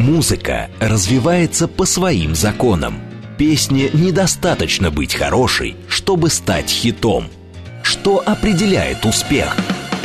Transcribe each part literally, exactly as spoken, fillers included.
Музыка развивается по своим законам. Песне недостаточно быть хорошей, чтобы стать хитом. Что определяет успех?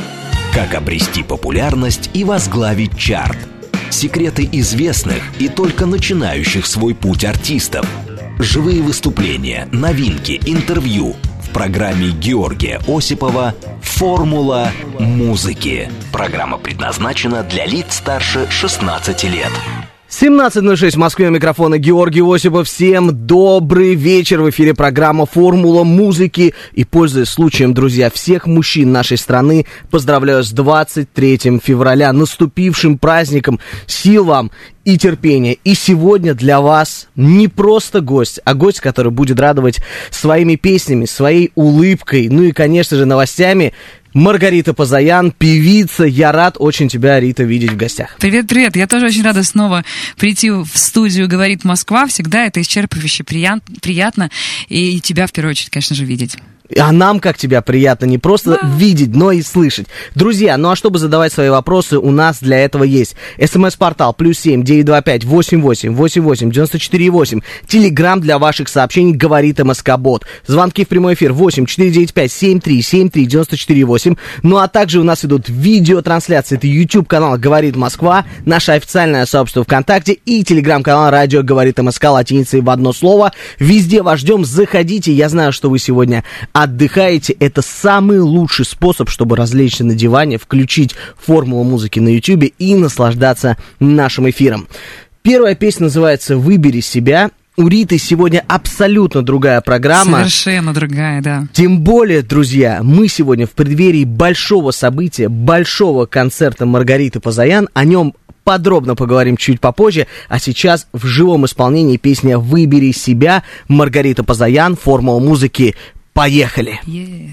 Как обрести популярность и возглавить чарт? Секреты известных и только начинающих свой путь артистов. Живые выступления, новинки, интервью. В программе Георгия Осипова «Формула музыки». Программа предназначена для лиц старше шестнадцати лет. семнадцать ноль шесть в Москве, у микрофона Георгий Осипов. Всем добрый вечер. В эфире программа «Формула музыки». И, пользуясь случаем, друзья, всех мужчин нашей страны поздравляю с двадцать третьим февраля, наступившим праздником. Сил вам и терпения. И сегодня для вас не просто гость, а гость, который будет радовать своими песнями, своей улыбкой, ну и, конечно же, новостями. Маргарита Позаян, певица. Я рад очень тебя, Рита, видеть в гостях. Привет-привет. Я тоже очень рада снова прийти в студию «Говорит Москва». Всегда это исчерпывающе приятно. И тебя, в первую очередь, конечно же, видеть. А нам, как тебя, приятно не просто да. видеть, но и слышать. Друзья, ну а чтобы задавать свои вопросы, у нас для этого есть СМС-портал плюс семь девятьсот двадцать пять восемьдесят восемь восемьдесят восемь девяносто четыре восемь. Телеграм для ваших сообщений «Говорит МСК-бот». Звонки в прямой эфир восемь четыре девять пять семь три семь три девяносто четыре восемь. Ну а также у нас идут видеотрансляции. Это YouTube-канал «Говорит Москва», наше официальное сообщество ВКонтакте и телеграм-канал «Радио Говорит МСК» латиницей в одно слово. Везде вас ждем, заходите. Я знаю, что вы сегодня отдыхаете. Это самый лучший способ, чтобы развлечься на диване, включить «Формулу музыки» на YouTube и наслаждаться нашим эфиром. Первая песня называется «Выбери себя». У Риты сегодня абсолютно другая программа. Совершенно другая, да. Тем более, друзья, мы сегодня в преддверии большого события, большого концерта Маргариты Позаян. О нем подробно поговорим чуть попозже, а сейчас в живом исполнении песня «Выбери себя». Маргарита Позаян, «Формула музыки». Поехали! Yeah.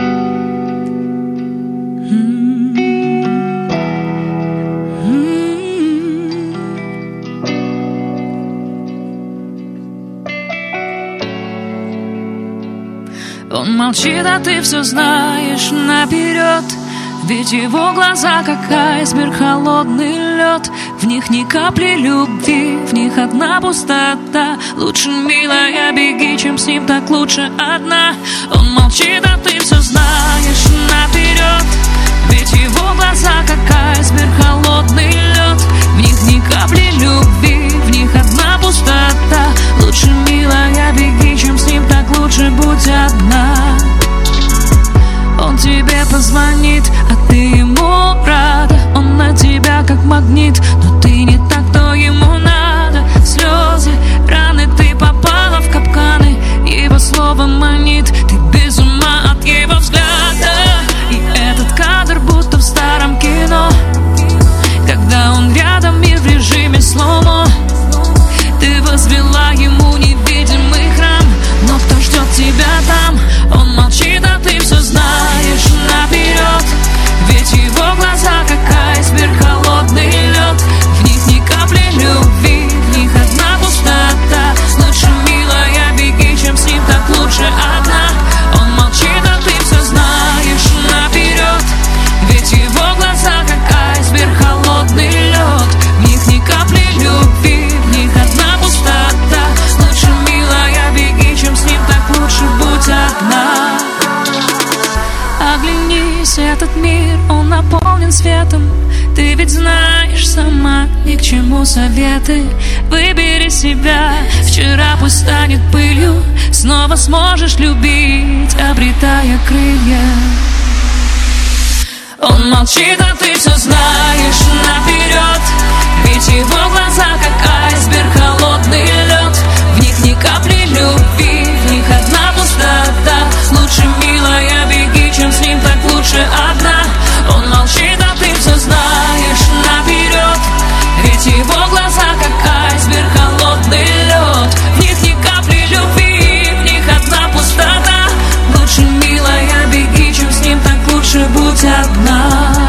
Он молчит, а ты все знаешь наперед. Ведь его глаза, как айсберг, холодный лед. В них ни капли любви, в них одна пустота. Лучше, милая, беги, чем с ним, так лучше одна. Он молчит, а ты все знаешь наперед. Ведь его глаза, как айсберг, холодный лед. В них ни капли любви, в них одна пустота. Лучше, милая, беги, чем с ним, так лучше будь одна. Он тебе позвонит, а ты ему рада. Он на тебя как магнит, но ты не так, кто ему надо. Слезы, раны, ты попала в капканы. Его слово манит, ты без ума от его взгляда. И этот кадр будто в старом кино, когда он рядом и в режиме слоумо. Ты возвела ему невидимый храм, но кто ждет тебя там? Он молчит, а ты все знаешь наперед. Ведь его глаза, как айсберг, холодный лед. В них ни капли любви, в них одна пустота. Лучше, милая, беги, чем с ним, так лучше одна. Он молчит, а ты все знаешь наперед. Ведь его глаза, как айсберг, холодный лед. В них ни капли любви, в них одна пустота. Лучше, милая, беги, чем с ним, так лучше будь одна. Оглянись, этот мир, он наполнен светом. Ты ведь знаешь сама, ни к чему советы. Выбери себя, вчера пусть станет пылью. Снова сможешь любить, обретая крылья. Он молчит, а ты все знаешь наперед. Ведь его глаза, как айсберг, холодный лед. В них ни капли любви, в них одна пустота. Лучше, милая, беги, чем с ним, так лучше одна. Он молчит, а ты все знаешь наперед. Ведь его глаза, как айсберг, холодный лед. В них ни капли любви, в них одна пустота. Лучше, милая, беги, чем с ним, так лучше будь одна.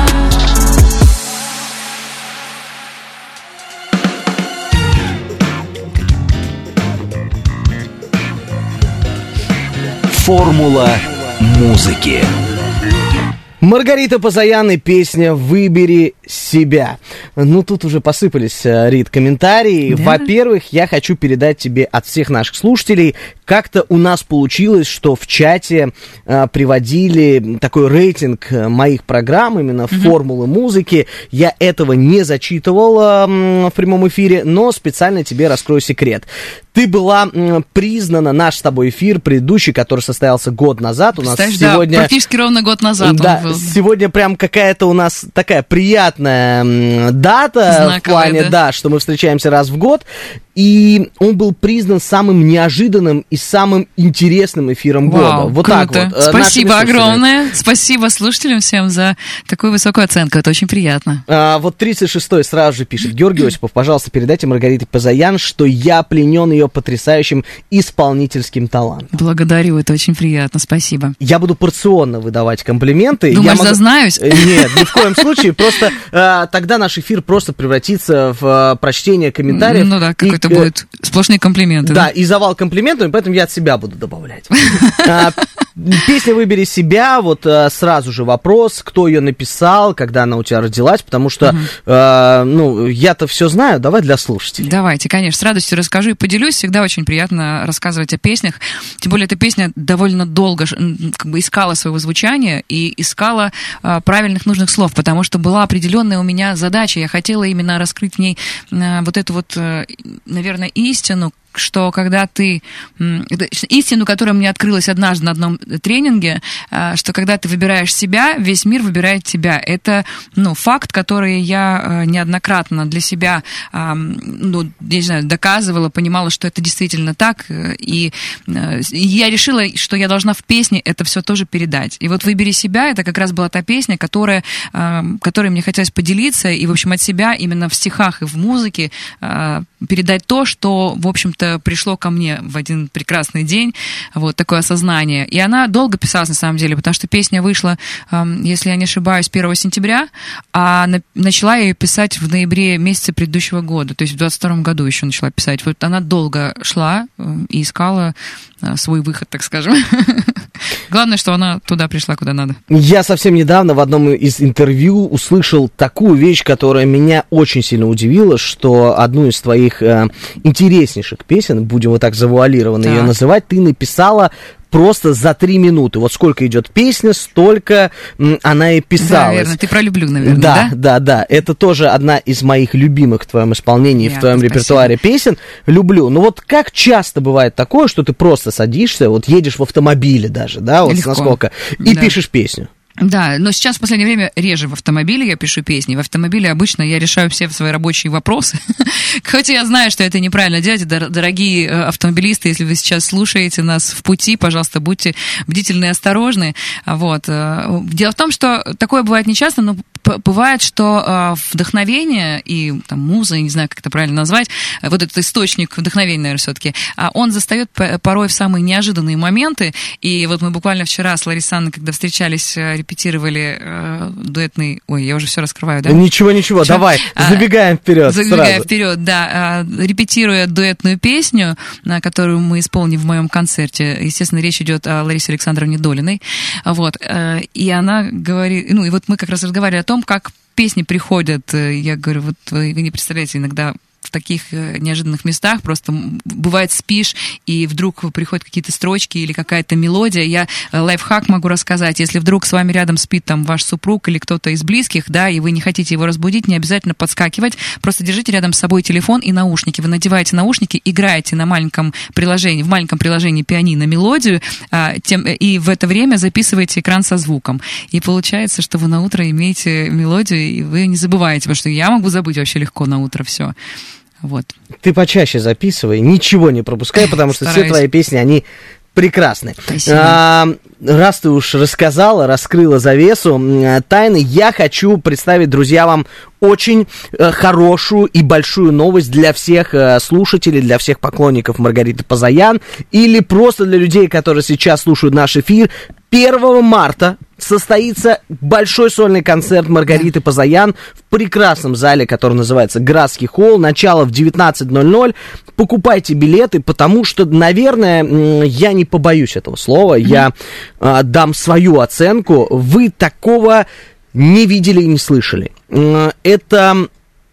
Формула музыки. Маргарита Позаян и песня «Выбери себя». Ну, тут уже посыпались, Рит, комментарии. Да? Во-первых, я хочу передать тебе от всех наших слушателей, как-то у нас получилось, что в чате а, приводили такой рейтинг моих программ, именно mm-hmm. формулы музыки. Я этого не зачитывал а, в прямом эфире, но специально тебе раскрою секрет. Ты была м, признана, наш с тобой эфир предыдущий, который состоялся год назад. У нас сегодня... Да, практически ровно год назад да, он был. Сегодня прям какая-то у нас такая приятная м, дата. Знаковая, в плане, да? да, что мы встречаемся раз в год. И он был признан самым неожиданным и самым интересным эфиром Вау, года. Вот круто. так вот. Спасибо огромное. Спасибо слушателям всем за такую высокую оценку. Это очень приятно. А, вот тридцать шестой сразу же пишет. Георгий Осипов, пожалуйста, передайте Маргарите Позаян, что я пленен ее потрясающим исполнительским талантом. Благодарю, это очень приятно. Спасибо. Я буду порционно выдавать комплименты. Думаешь, я могу... зазнаюсь? Нет, ни в коем случае. Просто а, тогда наш эфир просто превратится в а, прочтение комментариев. Ну да, какой-то будет сплошные комплименты. Да, да, и завал комплиментами, поэтому я от себя буду добавлять. а, песня «Выбери себя», вот а, сразу же вопрос, кто ее написал, когда она у тебя родилась, потому что, угу. а, ну, я-то все знаю, давай для слушателей. Давайте, конечно, с радостью расскажу и поделюсь, всегда очень приятно рассказывать о песнях, тем более эта песня довольно долго как бы искала своего звучания и искала а, правильных, нужных слов, потому что была определенная у меня задача, я хотела именно раскрыть в ней а, вот эту вот, а, наверное, истину, что когда ты... Истину, которая мне открылась однажды на одном тренинге, что когда ты выбираешь себя, весь мир выбирает тебя. Это, ну, факт, который я неоднократно для себя, ну, не знаю, доказывала, понимала, что это действительно так. И я решила, что я должна в песне это все тоже передать. И вот «Выбери себя» — это как раз была та песня, которая, которой мне хотелось поделиться, и, в общем, от себя именно в стихах и в музыке передать то, что, в общем-то, пришло ко мне в один прекрасный день, вот такое осознание. И она долго писалась, на самом деле, потому что песня вышла, если я не ошибаюсь, первого сентября, а начала я ее писать в ноябре месяце предыдущего года, то есть в двадцать втором году еще начала писать. Вот она долго шла и искала свой выход, так скажем. Главное, что она туда пришла, куда надо. Я совсем недавно в одном из интервью услышал такую вещь, которая меня очень сильно удивила, что одну из твоих э, интереснейших песен, будем вот так завуалированно так. ее называть, ты написала просто за три минуты. Вот сколько идет песня, столько м, она и писалась. Да, верно. Ты про «Люблю», наверное, да? Да, да, да. Это тоже одна из моих любимых в твоем исполнении, Я, в твоем спасибо. репертуаре песен. «Люблю». Ну вот как часто бывает такое, что ты просто садишься, вот едешь в автомобиле даже, да, вот Легко. насколько, и да. пишешь песню. Да, но сейчас в последнее время реже в автомобиле я пишу песни. В автомобиле обычно я решаю все свои рабочие вопросы. Хотя я знаю, что это неправильно делать. Дорогие автомобилисты, если вы сейчас слушаете нас в пути, пожалуйста, будьте бдительны и осторожны. Вот. Дело в том, что такое бывает нечасто, но бывает, что вдохновение и там, муза, я не знаю, как это правильно назвать, вот этот источник вдохновения, наверное, все-таки, он застает порой в самые неожиданные моменты. И вот мы буквально вчера с Ларисой Анной, когда встречались, репетировали э, дуэтный... Ой, я уже все раскрываю, да? Ничего, ничего, Что? давай, а, забегаем вперед. Забегаем вперед, да. Э, репетируя дуэтную песню, э, которую мы исполним в моем концерте. Естественно, речь идет о Ларисе Александровне Долиной. Вот. Э, и она говорит... Ну, и вот мы как раз разговаривали о том, как песни приходят. Я говорю, вот вы, вы не представляете, иногда... в таких неожиданных местах просто бывает спишь, и вдруг приходят какие-то строчки или какая-то мелодия. Я лайфхак могу рассказать. Если вдруг с вами рядом спит там ваш супруг или кто-то из близких, да, и вы не хотите его разбудить, не обязательно подскакивать, просто держите рядом с собой телефон и наушники. Вы надеваете наушники, играете на маленьком приложении, в маленьком приложении пианино мелодию, а, тем, и в это время записываете экран со звуком. И получается, что вы на утро имеете мелодию, и вы не забываете, потому что я могу забыть вообще легко на утро все. Вот. Ты почаще записывай, ничего не пропускай, потому что Стараюсь. все твои песни, они прекрасны. А, раз ты уж рассказала, раскрыла завесу тайны, я хочу представить, друзья, вам очень э, хорошую и большую новость для всех э, слушателей, для всех поклонников Маргариты Позаян или просто для людей, которые сейчас слушают наш эфир. первого марта состоится большой сольный концерт Маргариты Позаян в прекрасном зале, который называется Градский холл. Начало в девятнадцать ноль ноль. Покупайте билеты, потому что, наверное, я не побоюсь этого слова. Mm-hmm. Я э, дам свою оценку. Вы такого не видели и не слышали. Э, это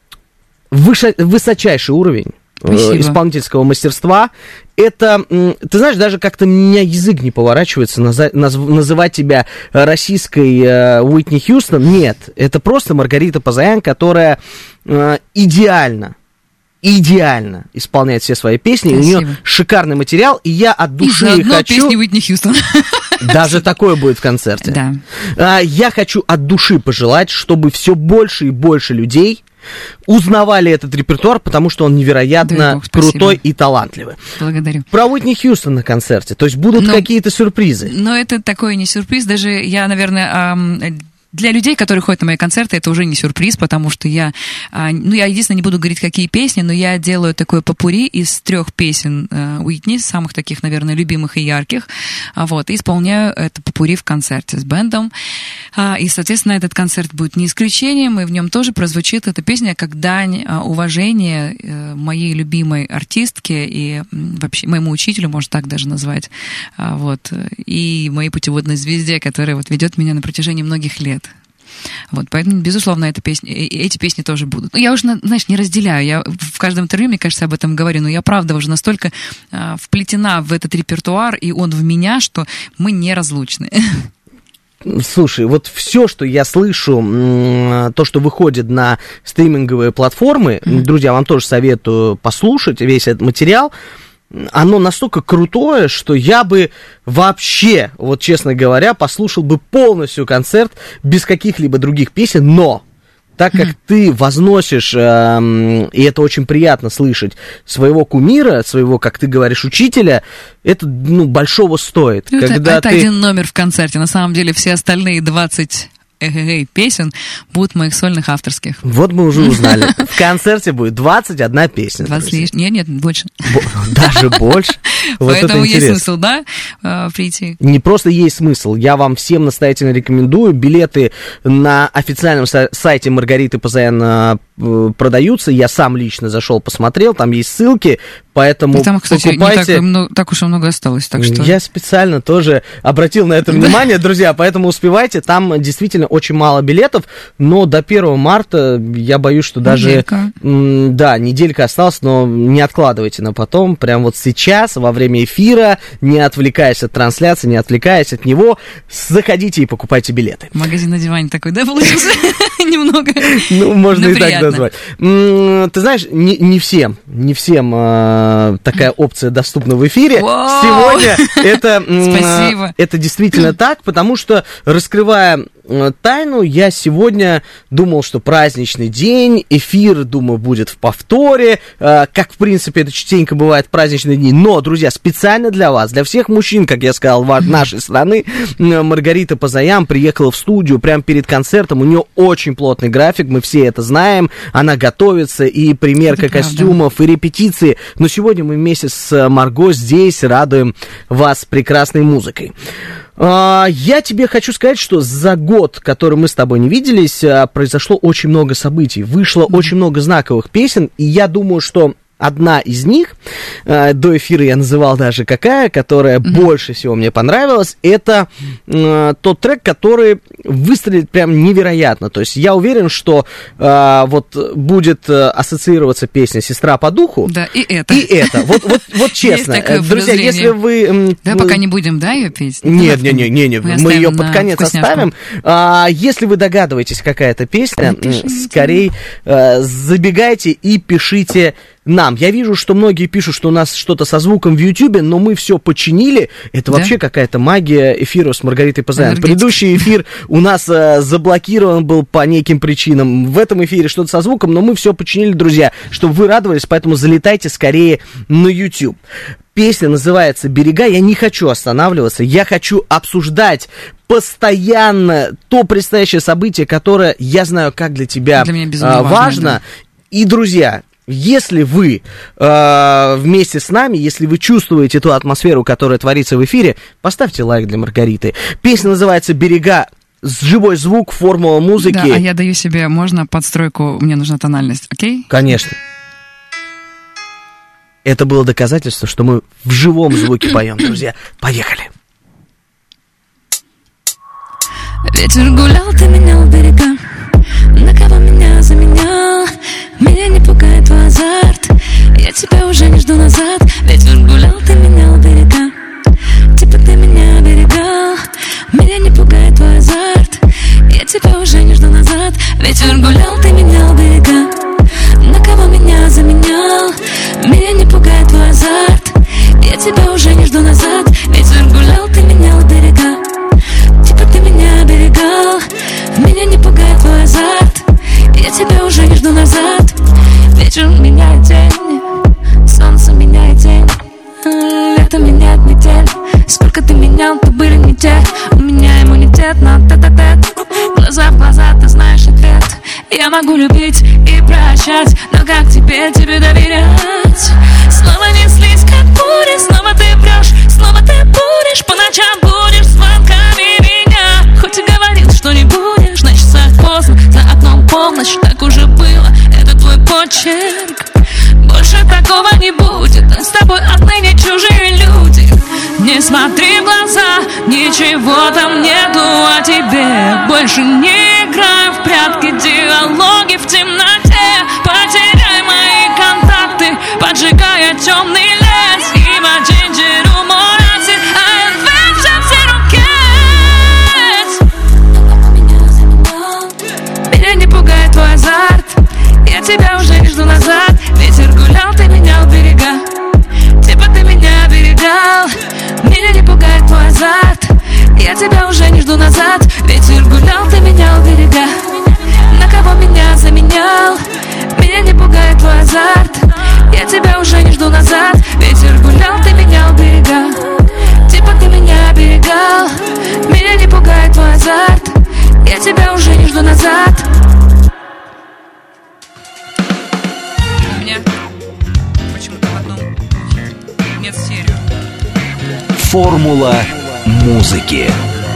выше, высочайший уровень Спасибо. исполнительского мастерства. Это, ты знаешь, даже как-то у меня язык не поворачивается наза- наз- называть тебя российской э, Уитни Хьюстон. Нет, это просто Маргарита Позаян, которая э, идеально, идеально исполняет все свои песни. Спасибо. У нее шикарный материал, и я от души и заодно хочу... песни Уитни Хьюстон. Даже такое будет в концерте. Да. А, я хочу от души пожелать, чтобы все больше и больше людей узнавали этот репертуар, потому что он невероятно Дай бог, крутой и талантливый. Благодарю. Про Уитни Хьюстон на концерте, то есть будут Но- какие-то сюрпризы. Но это такой не сюрприз. Даже я, наверное, ам, для людей, которые ходят на мои концерты, это уже не сюрприз, потому что я, а, ну, я единственное не буду говорить, какие песни, но я делаю такое попурри из трех песен а, Уитни, самых таких, наверное, любимых и ярких, а, вот, и исполняю это попурри в концерте с бэндом. А, и, соответственно, этот концерт будет не исключением, и в нем тоже прозвучит эта песня как дань а, уважения а, моей любимой артистке и м, вообще моему учителю, можно так даже назвать, а, вот, и моей путеводной звезде, которая вот ведет меня на протяжении многих лет. Вот, поэтому, безусловно, эта песня, эти песни тоже будут. Я уже, знаешь, не разделяю. Я в каждом интервью, мне кажется, об этом говорю, но я, правда, уже настолько а, вплетена в этот репертуар, и он в меня, что мы неразлучны. Слушай, вот все, что я слышу, то, что выходит на стриминговые платформы, mm-hmm. друзья, вам тоже советую послушать весь этот материал. Оно настолько крутое, что я бы вообще, вот честно говоря, послушал бы полностью концерт без каких-либо других песен, но так как mm-hmm. ты возносишь, э, и это очень приятно слышать, своего кумира, своего, как ты говоришь, учителя, это, ну, большого стоит. Это, Когда это ты... один номер в концерте. На самом деле все остальные двадцать эй-эй-эй песен будут моих сольных авторских. Вот мы уже узнали. В концерте будет двадцать одна песня. двадцать лишних. Нет, нет, больше. Даже больше? Вот Поэтому есть смысл, да, прийти? Не просто есть смысл. Я вам всем настоятельно рекомендую. Билеты на официальном сайте Маргариты Позаян продаются. Я сам лично зашел, посмотрел. Там есть ссылки. Поэтому там, кстати, покупайте. Не так, так уж и много осталось. Так что... Я специально тоже обратил на это внимание, друзья. Поэтому успевайте. Там действительно очень мало билетов. Но до первого марта, я боюсь, что даже... Неделька. Да, неделька осталась, но не откладывайте на потом. Прям вот сейчас, во время эфира, не отвлекаясь от трансляции, не отвлекаясь от него, заходите и покупайте билеты. Магазин на диване такой, да, получился? Немного. Ну, можно и так приятно. назвать. Ты знаешь, не, не всем, не всем э, такая опция доступна в эфире. Вау! Сегодня это, Спасибо. э, это действительно так, потому что, раскрывая э, тайну, я сегодня думал, что праздничный день, эфир, думаю, будет в повторе, э, как, в принципе, это частенько бывает в праздничные дни. Но, друзья, специально для вас, для всех мужчин, как я сказал, в нашей страны, э, Маргарита Позаян приехала в студию прямо перед концертом. У нее очень плотный график, мы все это знаем. Она готовится, и примерка Это костюмов, и репетиции. Но сегодня мы вместе с Марго здесь радуем вас прекрасной музыкой. Я тебе хочу сказать, что за год, который мы с тобой не виделись, произошло очень много событий. Вышло mm-hmm. очень много знаковых песен, и я думаю, что одна из них, э, до эфира я называл даже какая, которая mm-hmm. больше всего мне понравилась, это э, тот трек, который выстрелит прям невероятно. То есть я уверен, что э, вот будет э, ассоциироваться песня «Сестра по духу». Да, и это. И это. Вот, вот, вот честно. Есть такое Друзья, подозрение. если вы... Да, пока не будем, да, ее петь? Нет, нет, нет, нет, нет. Мы мы ее оставим под на конец вкусняшку. оставим. А, если вы догадываетесь, какая это песня, Напишите. скорее а, забегайте и пишите нам. Я вижу, что многие пишут, что у нас что-то со звуком в Ютьюбе, но мы все починили. Это Да? вообще какая-то магия эфира с Маргаритой Позаян. Энергетика. Предыдущий эфир у нас а, заблокирован был по неким причинам. В этом эфире что-то со звуком, но мы все починили, друзья, чтобы вы радовались, поэтому залетайте скорее на YouTube. Песня называется «Берега». Я не хочу останавливаться, я хочу обсуждать постоянно то предстоящее событие, которое, я знаю, как для тебя Для меня безумно а, важно, важно. да. И, друзья, если вы э, вместе с нами, если вы чувствуете ту атмосферу, которая творится в эфире, поставьте лайк для Маргариты. Песня называется «Берега». Живой звук, формула музыки. Да, а я даю себе, можно подстройку, мне нужна тональность, окей? Конечно. Это было доказательство, что мы в живом звуке поем, друзья. Поехали. Ветер гулял, ты менял берега. На кого меня заменял? Меня не пугает твой азарт. Я тебя уже не жду назад. Ветер гулял, ты менял берега. Типа ты меня оберегал. Меня не пугает твой азарт. Я тебя уже не жду назад. Ветер гулял, ты менял берега. На кого меня заменял? Меня не пугает твой азарт. Я тебя уже не жду назад. Ветер гулял, ты менял берега. Типа ты меня оберегал. Меня не пугает твой азарт. Я тебя уже не жду назад. Вечер меняет день, солнце меняет день, лето меняет метель. Сколько ты менял, то были не те. У меня иммунитет на тет-а-тет. Глаза в глаза, ты знаешь ответ. Я могу любить и прощать, но как теперь тебе доверять? Снова неслись как бури, снова ты врешь, снова ты буришь. По ночам будешь звонками меня. Хоть и говорил, что не будешь, значит поздно. За окном полночь, так уже было. Это твой почерк. Больше такого не будет. С тобой отныне чужие люди. Не смотри в глаза, ничего там нету о тебе. Больше не играй в прятки, диалоги в темноте. Потеряй мои контакты, поджигая темный лес. Imagine морати, а меня не пугает твой азарт. Я тебя уже не жду назад. Ветер гулял, ты менял берега. Типа ты меня оберегал. Меня не пугает твой азарт. Я тебя уже не жду назад. Ветер гулял, ты менял берега. На кого меня заменял? Меня не пугает твой азарт. Я тебя уже не жду назад. Ветер гулял, ты менял берега. Типа ты меня оберегал. Меня не пугает твой азарт. Я тебя уже не жду назад. У меня почему-то в одном нет стерео. Формула музыки.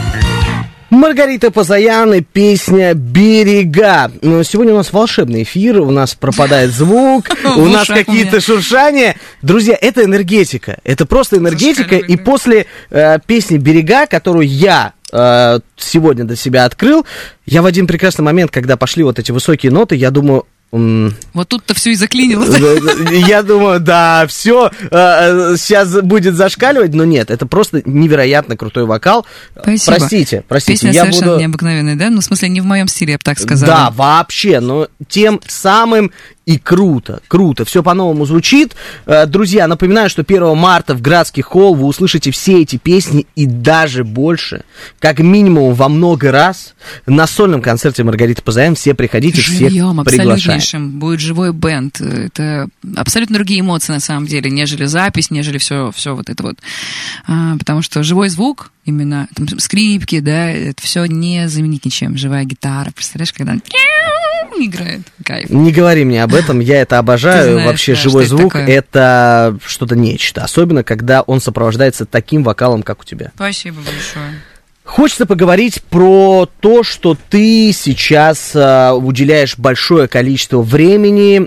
Маргарита Позаян и песня «Берега». Но сегодня у нас волшебный эфир, у нас пропадает звук, у нас какие-то шуршания. Друзья, это энергетика, это просто энергетика. И после э, песни «Берега», которую я э, сегодня для себя открыл, я в один прекрасный момент, когда пошли вот эти высокие ноты, я думаю... Вот тут-то все и заклинилось. Я думаю, да, все сейчас будет зашкаливать, но нет, это просто невероятно крутой вокал. Спасибо. Простите, простите. Песня я совершенно буду... необыкновенная, да? Ну, в смысле, не в моем стиле, я бы так сказала. Да, вообще, но тем самым и круто, круто, все по-новому звучит. Друзья, напоминаю, что первого марта в Градский холл вы услышите все эти песни и даже больше, как минимум во много раз, на сольном концерте Маргариты Позаян. Все приходите, всех приглашаем. Будет живой бенд. Это абсолютно другие эмоции, на самом деле, нежели запись, нежели все, все вот это вот. А, потому что живой звук, именно там, скрипки, да, это все не заменить ничем. Живая гитара, представляешь, когда играет. Кайф. Не говори мне об этом, я это обожаю. Знаешь, вообще да, живой звук это, это что-то нечто. Особенно, когда он сопровождается таким вокалом, как у тебя. Спасибо большое. Хочется поговорить про то, что ты сейчас э, уделяешь большое количество времени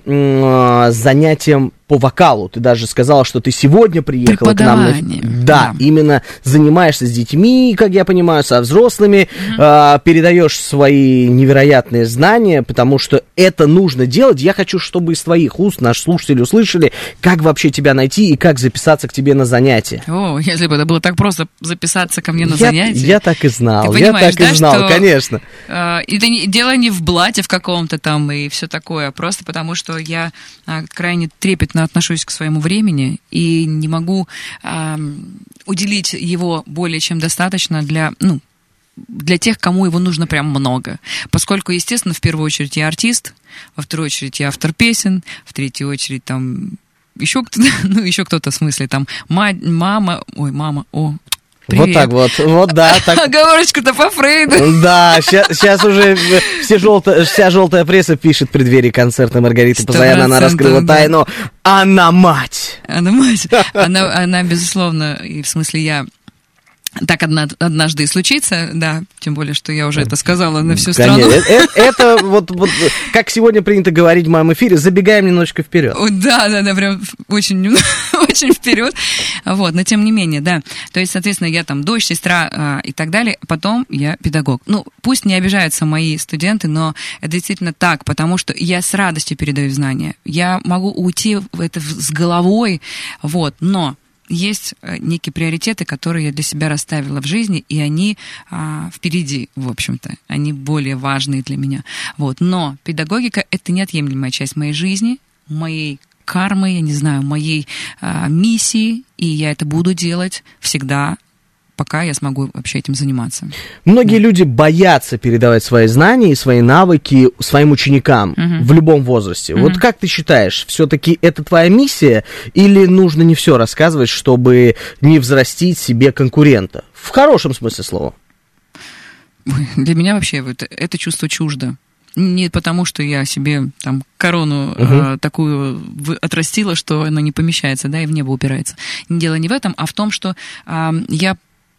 э, занятиям по вокалу. Ты даже сказала, что ты сегодня приехала к нам. На... Да, да, именно занимаешься с детьми, как я понимаю, со взрослыми, mm-hmm. э, передаешь свои невероятные знания, потому что это нужно делать. Я хочу, чтобы из твоих уст наши слушатели услышали, как вообще тебя найти и как записаться к тебе на занятия. О, если бы это было так просто записаться ко мне на я, занятия. Я так и знал, Ты я так да, и знал, что, конечно. Э, это не, дело не в блате в каком-то там и все такое, просто потому что я э, крайне трепетно отношусь к своему времени и не могу э, уделить его более чем достаточно для, ну, для тех, кому его нужно прям много. Поскольку, естественно, в первую очередь я артист, во вторую очередь я автор песен, в третью очередь там еще кто-то, ну, еще кто-то в смысле там мать, мама, ой, мама, о, привет. Вот так вот, вот да. Так... Оговорочка-то по Фрейду. Да, сейчас уже все желтая, вся желтая пресса пишет в преддверии концерта Маргариты Позаян, она раскрыла да. тайну. Она мать. Она мать. Она, она, безусловно, и в смысле я так одна, однажды и случится, да, тем более, что я уже это сказала на всю Конечно. страну. Это, это вот, вот, как сегодня принято говорить в моем эфире, забегаем немножечко вперед. Да, да, да, прям очень, очень вперед. Вот, но тем не менее, да. То есть, соответственно, я там дочь, сестра а, и так далее, потом я педагог. Ну, пусть не обижаются мои студенты, но это действительно так, потому что я с радостью передаю знания. Я могу уйти в это с головой, вот, но есть некие приоритеты, которые я для себя расставила в жизни, и они а, впереди, в общем-то. Они более важные для меня. Вот. Но педагогика — это неотъемлемая часть моей жизни, моей кармы, я не знаю, моей а, миссии, и я это буду делать всегда, пока я смогу вообще этим заниматься. Многие да. люди боятся передавать свои знания и свои навыки своим ученикам uh-huh. в любом возрасте. Uh-huh. Вот как ты считаешь, все-таки это твоя миссия, или нужно не все рассказывать, чтобы не взрастить себе конкурента? В хорошем смысле слова. Для меня вообще вот это чувство чуждо. Не потому, что я себе там корону uh-huh. э, такую отрастила, что она не помещается, да, и в небо упирается. Дело не в этом, а в том, что э, я...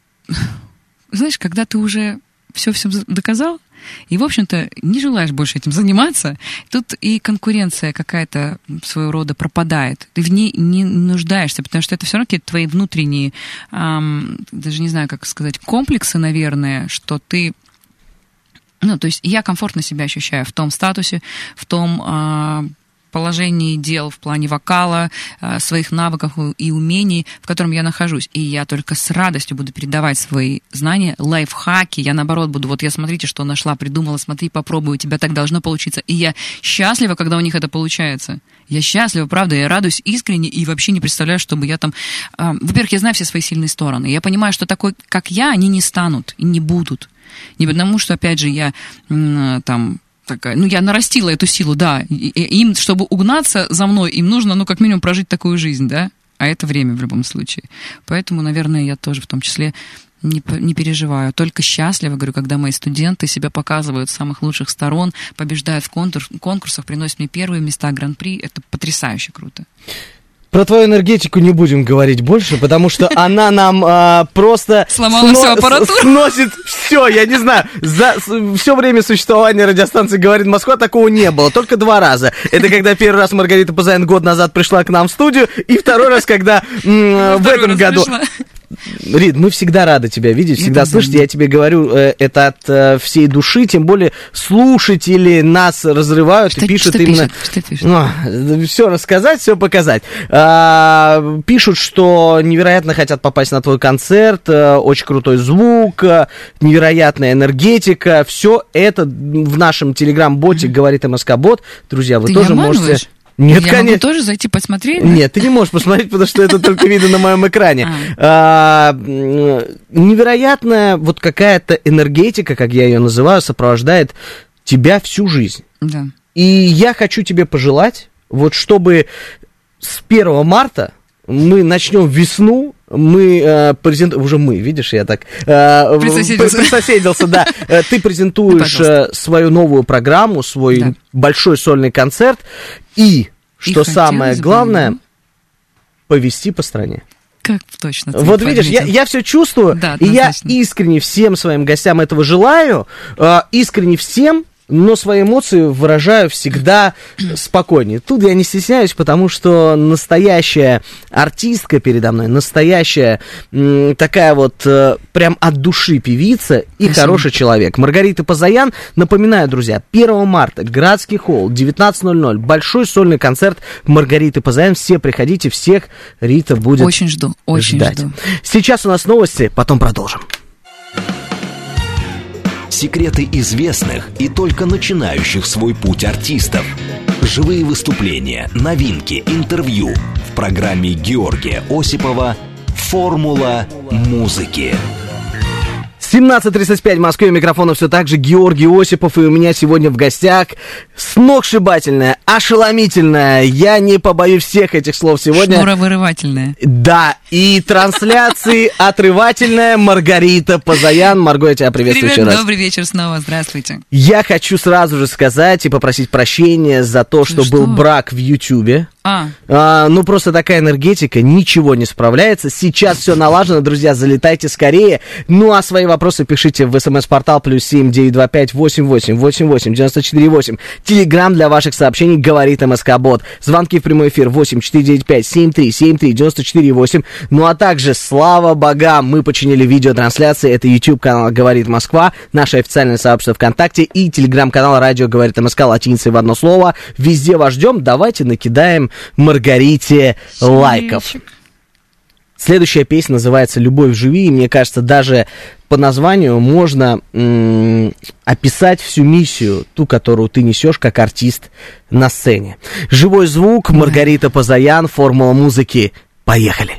Знаешь, когда ты уже все всем доказал, и, в общем-то, не желаешь больше этим заниматься, тут и конкуренция какая-то своего рода пропадает. Ты в ней не нуждаешься, потому что это все равно какие-то твои внутренние, эм, даже не знаю, как сказать, комплексы, наверное, что ты... Ну, то есть я комфортно себя ощущаю в том статусе, в том... Э, положении дел в плане вокала, своих навыков и умений, в котором я нахожусь. И я только с радостью буду передавать свои знания, лайфхаки. Я, наоборот, буду, вот я, смотрите, что нашла, придумала, смотри, попробуй, у тебя так должно получиться. И я счастлива, когда у них это получается. Я счастлива, правда, я радуюсь искренне и вообще не представляю, чтобы я там... Во-первых, я знаю все свои сильные стороны. Я понимаю, что такой, как я, они не станут и не будут. Не потому, что, опять же, я там... Такая, ну, я нарастила эту силу, да. И, и, им, чтобы угнаться за мной, им нужно, ну, как минимум, прожить такую жизнь, да. А это время в любом случае. Поэтому, наверное, я тоже в том числе не, не переживаю. Только счастлива, говорю, когда мои студенты себя показывают с самых лучших сторон, побеждают в конкурс, конкурсах, приносят мне первые места гран-при. Это потрясающе круто. Про твою энергетику не будем говорить больше, потому что она нам а, просто сломала сно- всю аппаратуру. Сносит все, я не знаю. За все время существования радиостанции «Говорит Москва» такого не было, только два раза. Это когда первый раз Маргарита Позаян год назад пришла к нам в студию, и второй раз, когда м- в этом году... Пришла. Рит, мы всегда рады тебя видеть, всегда это слышать. Да. Я тебе говорю э, это от э, всей души, тем более слушатели нас разрывают что, и пишут что именно... Пишет? Что пишут? Ну, все рассказать, все показать. А, пишут, что невероятно хотят попасть на твой концерт, э, очень крутой звук, э, невероятная энергетика. Все это в нашем телеграм-боте mm-hmm. говорит МСК-бот. Друзья, вы Ты тоже можете... Нет, я конечно. Могу тоже зайти посмотреть? Да? Нет, ты не можешь посмотреть, потому что это только видно на моем экране. А, невероятная вот какая-то энергетика, как я ее называю, сопровождает тебя всю жизнь. Да. И я хочу тебе пожелать, вот чтобы с первого марта мы начнем весну, мы э, презентуем, уже мы, видишь, я так э, присоседился. присоседился, да, ты презентуешь да, свою новую программу, свой да. большой сольный концерт, и, что и самое главное, бы... повести по стране. Как точно. Вот видишь, я, я все чувствую, да, и я искренне всем своим гостям этого желаю, э, искренне всем, но свои эмоции выражаю всегда спокойнее. Тут я не стесняюсь, потому что настоящая артистка передо мной, настоящая м, такая вот э, прям от души певица и Спасибо. Хороший человек. Маргарита Позаян. Напоминаю, друзья, первого марта, Градский холл, девятнадцать ноль ноль, большой сольный концерт Маргариты Позаян. Все приходите, всех Рита будет очень жду, очень ждать. Жду. Сейчас у нас новости, потом продолжим. Секреты известных и только начинающих свой путь артистов. Живые выступления, новинки, интервью в программе Георгия Осипова «Формула музыки». семнадцать тридцать пять в Москве, у микрофона все так же Георгий Осипов, и у меня сегодня в гостях сногсшибательная, ошеломительная, я не побоюсь всех этих слов сегодня. Шнуровырывательная. Да, и трансляции отрывательная Маргарита Позаян. Марго, я тебя приветствую Привет, еще раз. Добрый вечер снова, здравствуйте. Я хочу сразу же сказать и попросить прощения за то, что, что? был брак в Ютьюбе. А. А, ну, просто такая энергетика, ничего не справляется. Сейчас все налажено, друзья, залетайте скорее. Ну, а свои вопросы пишите в смс-портал плюс семь девятьсот двадцать пять восемьдесят восемь восемьдесят восемь девяносто четыре восемь. Телеграм для ваших сообщений говорит МСК-бот. Звонки в прямой эфир восемь четыре девять пять семь три семь три девяносто четыре восемь. Ну, а также, слава богам, мы починили видеотрансляции. Это YouTube-канал «Говорит Москва», наше официальное сообщество ВКонтакте и телеграм-канал «Радио Говорит МСК» латиницей в одно слово. Везде вас ждем. Давайте накидаем Маргарите лайков. Следующая песня называется «Любовь живи», и мне кажется, даже по названию можно м- описать всю миссию, ту, которую ты несешь как артист на сцене. Живой звук, Маргарита Позаян, формула музыки. Поехали!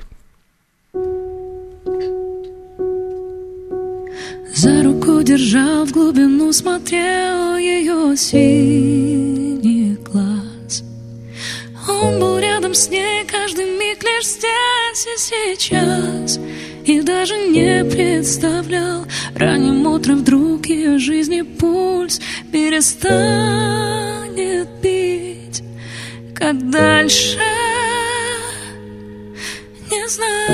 За руку держал, в глубину смотрел ее синий глаз. Он был рядом с ней каждый миг лишь здесь и сейчас. И даже не представлял, ранним утром вдруг ее жизни пульс перестанет бить. Как дальше, не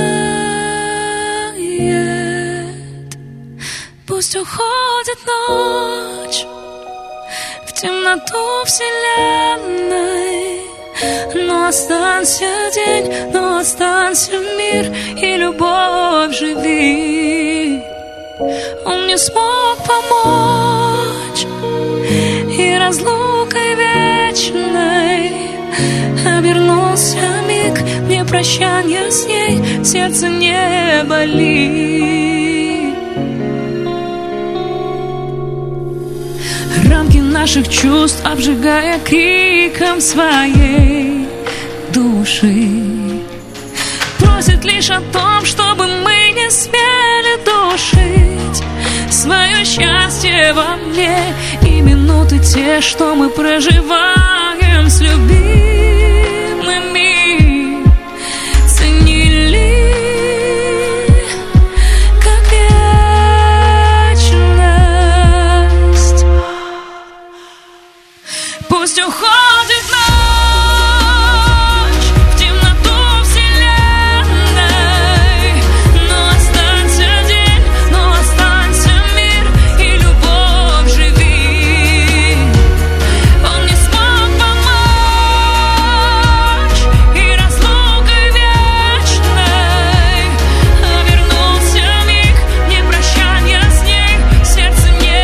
знает. Пусть уходит ночь в темноту вселенной, но останься день, но останься мир, и любовь живи. Он не смог помочь, и разлукой вечной обернулся миг, мне прощание с ней, сердце не болит. Рамки наших чувств обжигая криком своей души, просит лишь о том, чтобы мы не смели душить свое счастье во мне. И минуты те, что мы проживаем с любимыми, ценили как вечность. Пусть уходит ночь в темноту вселенной, но останься день, но останься мир, и любовь живи. Он не смог помочь, и разлукой вечной обернулся миг, мне прощание с ней, сердце не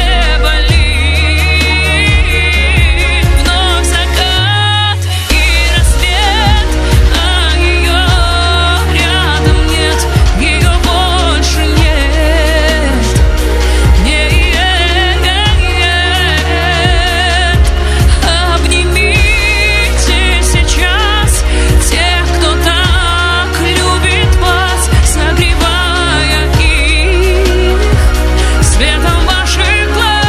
болит. Вновь закат и рассвет, а ее рядом нет, ее больше нет. Нет, обнимите сейчас тех, кто так любит вас, согревая их светом ваших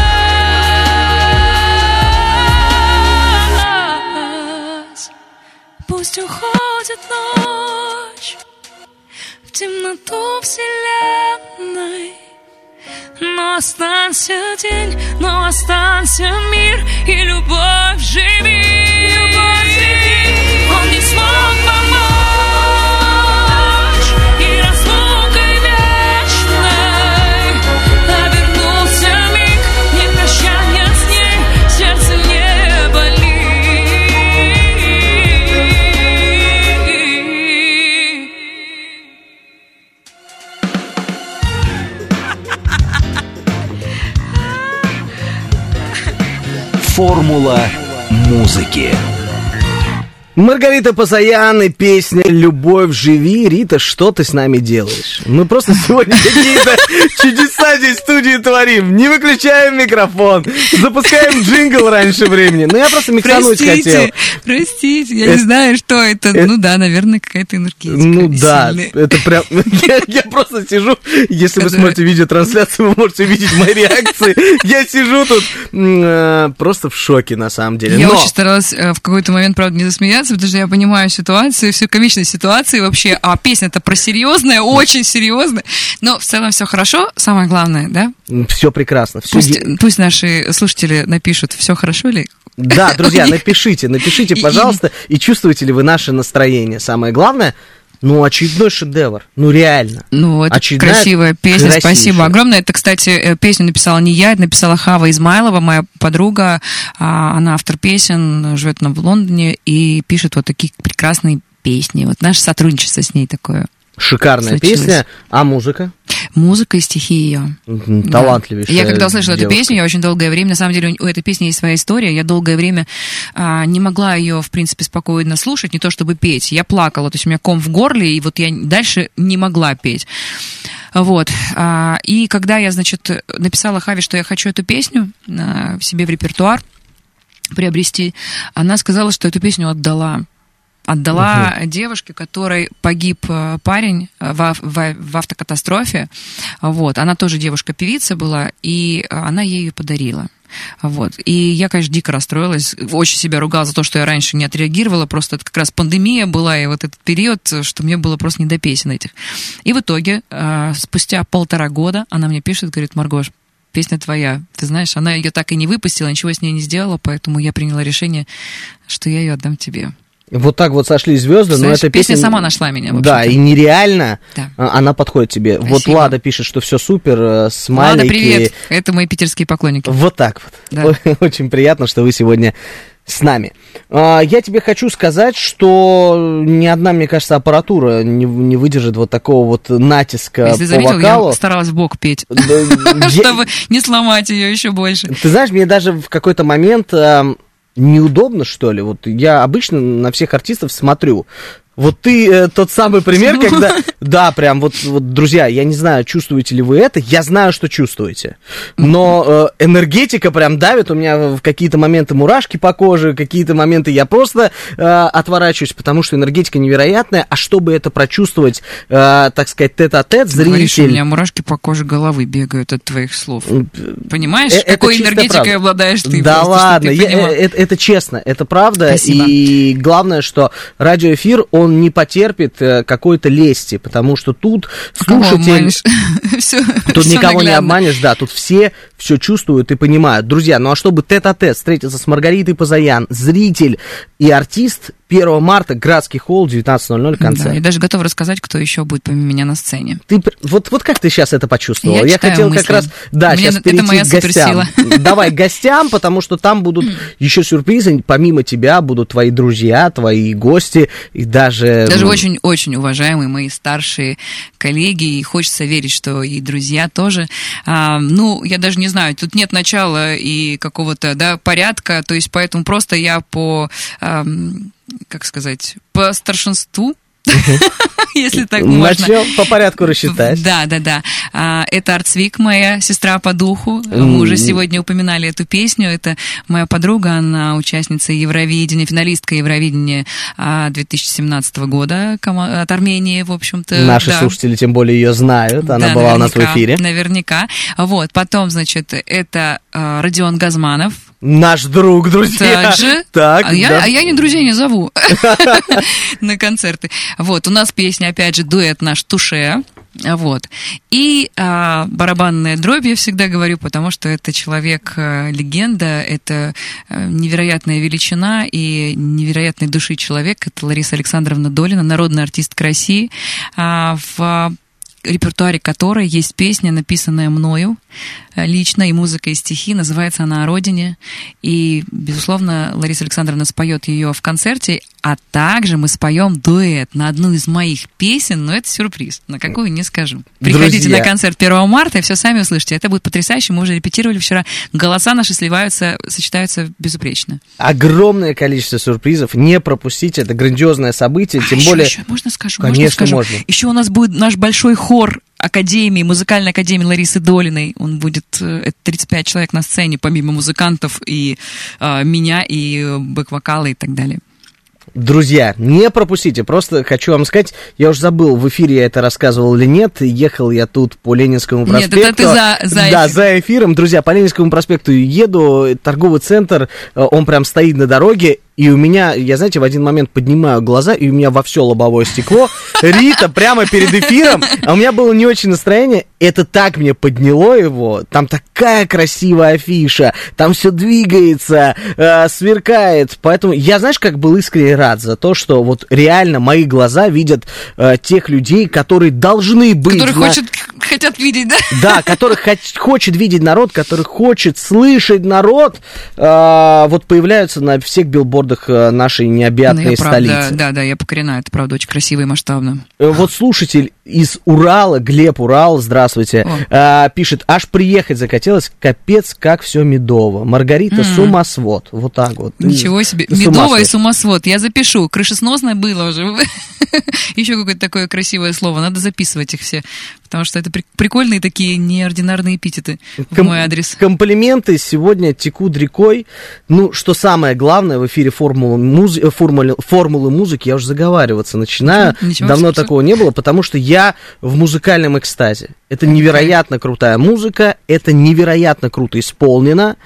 глаз. Пусть уходит ночь в темноту вселенной, но останься день, но останься мир, и любовь живи. Любовь живи. Он не смог помочь, и разлукой вечной обернулся миг, мне прощание с ней, сердце не Формула музыки. Маргарита Посаян и песня «Любовь, живи». Рита, что ты с нами делаешь? Мы просто сегодня какие-то чудеса здесь в студии творим. Не выключаем микрофон, запускаем джингл раньше времени. Ну, я просто миксануть простите, хотел. Простите, я это, не знаю, что это. это. Ну да, наверное, какая-то энергетика. Ну да, это прям... Я, я просто сижу, если вы смотрите видеотрансляцию, вы можете увидеть мои реакции. Я сижу тут э, просто в шоке, на самом деле. Я Но... очень старалась э, в какой-то момент, правда, не засмеяться, потому что я понимаю ситуацию, всю комичность ситуации вообще, а песня-то про серьезное, очень серьезное, но в целом все хорошо, самое главное, да? Все прекрасно. Всё пусть, де... пусть наши слушатели напишут, все хорошо ли? Да, друзья, напишите, напишите, пожалуйста, и чувствуете ли вы наше настроение. Самое главное, ну, очередной шедевр, ну, реально. Ну, это очередная красивая песня, красивейшая. Спасибо огромное. Это, кстати, песню написала не я, это написала Хава Измайлова, моя подруга, она автор песен, живет она в Лондоне и пишет вот такие прекрасные песни. Вот наше сотрудничество с ней такое. Шикарная случилось. Песня, а музыка? Музыка и стихи ее. Талантливейшая. Я когда услышала девушка. эту песню, я очень долгое время, на самом деле у этой песни есть своя история, я долгое время а, не могла ее, в принципе, спокойно слушать, не то чтобы петь. Я плакала, то есть у меня ком в горле, и вот я дальше не могла петь. Вот. А, и когда я, значит, написала Хаве, что я хочу эту песню а, себе в репертуар приобрести, она сказала, что эту песню отдала. Отдала uh-huh. девушке, которой погиб парень в, в, в автокатастрофе. Вот. Она тоже девушка-певица была, и она ей ее подарила. Вот. И я, конечно, дико расстроилась, очень себя ругала за то, что я раньше не отреагировала, просто это как раз пандемия была, и вот этот период, что мне было просто не до песен этих. И в итоге, спустя полтора года, она мне пишет, говорит: Маргош, песня твоя. Ты знаешь, она ее так и не выпустила, ничего с ней не сделала, поэтому я приняла решение, что я ее отдам тебе. Вот так вот сошли звезды, но эта песня песня сама нашла меня. Да, и нереально да. она подходит тебе. Спасибо. Вот Лада пишет, что все супер, смайлики. Лада, привет. Это мои питерские поклонники. Вот так вот. Да. Очень приятно, что вы сегодня с нами. Я тебе хочу сказать, что ни одна, мне кажется, аппаратура не, не выдержит вот такого вот натиска. Если по заметил, вокалу. Я старалась в бок петь, чтобы не сломать ее еще больше. Ты знаешь, мне даже в какой-то момент неудобно, что ли. Вот я обычно на всех артистов смотрю. Вот ты э, тот самый пример, когда... Да, прям вот, вот, друзья, я не знаю, чувствуете ли вы это, я знаю, что чувствуете. Но э, энергетика прям давит, у меня в какие-то моменты мурашки по коже, какие-то моменты я просто э, отворачиваюсь, потому что энергетика невероятная, а чтобы это прочувствовать, э, так сказать, тет-а-тет, зритель... Говоришь, у меня мурашки по коже головы бегают от твоих слов. Понимаешь, это какой энергетикой обладаешь ты? Да просто, ладно, я, это, это честно, это правда. Спасибо. И главное, что радиоэфир, он не потерпит какой-то лести, потому что тут слушатель... все, тут все никого наглядно. Не обманешь, да, тут все все чувствуют и понимают. Друзья, ну а чтобы тет-а-тет встретиться с Маргаритой Посаян, зритель и артист, первого марта, Градский холл, девятнадцать ноль ноль, концерт. Да, я даже готова рассказать, кто еще будет помимо меня на сцене. Ты, вот, вот как ты сейчас это почувствовала? Я, я хотел мысли. как раз, да, Мне сейчас перейти моя к гостям. Давай к гостям, потому что там будут еще сюрпризы, помимо тебя будут твои друзья, твои гости, и даже... Даже очень-очень уважаемые мои старшие коллеги, и хочется верить, что и друзья тоже. А, ну, я даже не знаю, тут нет начала и какого-то, да, порядка, то есть поэтому просто я по... А, как сказать, по старшинству, если так можно. Начнем по порядку рассчитать. Да, да, да. Это Арцвик, моя сестра по духу. Мы уже сегодня упоминали эту песню. Это моя подруга, она участница Евровидения, финалистка Евровидения две тысячи семнадцатого года от Армении, в общем-то. Наши да. слушатели тем более ее знают. Она да, была у нас в эфире. Наверняка. Вот. Потом, значит, это Родион Газманов. Наш друг, друзья. Также. Так, а, да. я, а я не друзей не зову на концерты. Вот, у нас песня, опять же, дуэт наш «Туше». Вот. И а, барабанная дробь, я всегда говорю, потому что это человек-легенда, это невероятная величина и невероятной души человек. Это Лариса Александровна Долина, народная артистка России. А, в репертуаре которой есть песня, написанная мною лично, и музыка, и стихи. Называется она «О родине». И, безусловно, Лариса Александровна споет ее в концерте, а также мы споем дуэт на одну из моих песен, но это сюрприз. На какую, не скажу. Приходите Друзья. на концерт первого марта, и все сами услышите. Это будет потрясающе. Мы уже репетировали вчера. Голоса наши сливаются, сочетаются безупречно. Огромное количество сюрпризов. Не пропустите. Это грандиозное событие. А тем еще, более... Еще, можно скажу? Конечно, можно. Скажу? можно. Еще у нас будет наш большой хор Академии, музыкальной академии Ларисы Долиной. Он будет, это тридцать пять человек на сцене, помимо музыкантов и э, меня, и бэк-вокала и так далее. Друзья, не пропустите, просто хочу вам сказать, я уже забыл, в эфире я это рассказывал или нет, ехал я тут по Ленинскому проспекту. Нет, это ты за, за эфиром. Да, за эфиром. Друзья, по Ленинскому проспекту еду, торговый центр, он прям стоит на дороге, и у меня, я, знаете, в один момент поднимаю глаза, и у меня во все лобовое стекло. Рита прямо перед эфиром, а у меня было не очень настроение, это так мне подняло его, там такая красивая афиша, там все двигается, э, сверкает, поэтому я, знаешь, как был искренне рад за то, что вот реально мои глаза видят э, тех людей, которые должны быть... Которых на... хочет, хотят видеть, да? Да, которых хоч- хочет видеть народ, которых хочет слышать народ, э, вот появляются на всех билбордах нашей необъятной ну, столицы. Правда, да, да, я покорена, это правда очень красиво и масштабно. Вот слушатель из Урала, Глеб Урал, здравствуйте, а, пишет, аж приехать захотелось, капец, как все медово. Маргарита mm. сумасвод, вот так вот. Ничего себе, медово и сумасвод, я запишу, крышесносное было уже. Еще какое-то такое красивое слово, надо записывать их все, потому что это прикольные такие неординарные эпитеты в Ком- мой адрес. Комплименты сегодня текут рекой. Ну, что самое главное, в эфире формулы, муз... формулы, формулы музыки, я уже заговариваться начинаю, Ничего давно себе. Такого не было, потому что я в музыкальном экстазе. Это невероятно крутая музыка, это невероятно круто исполнено,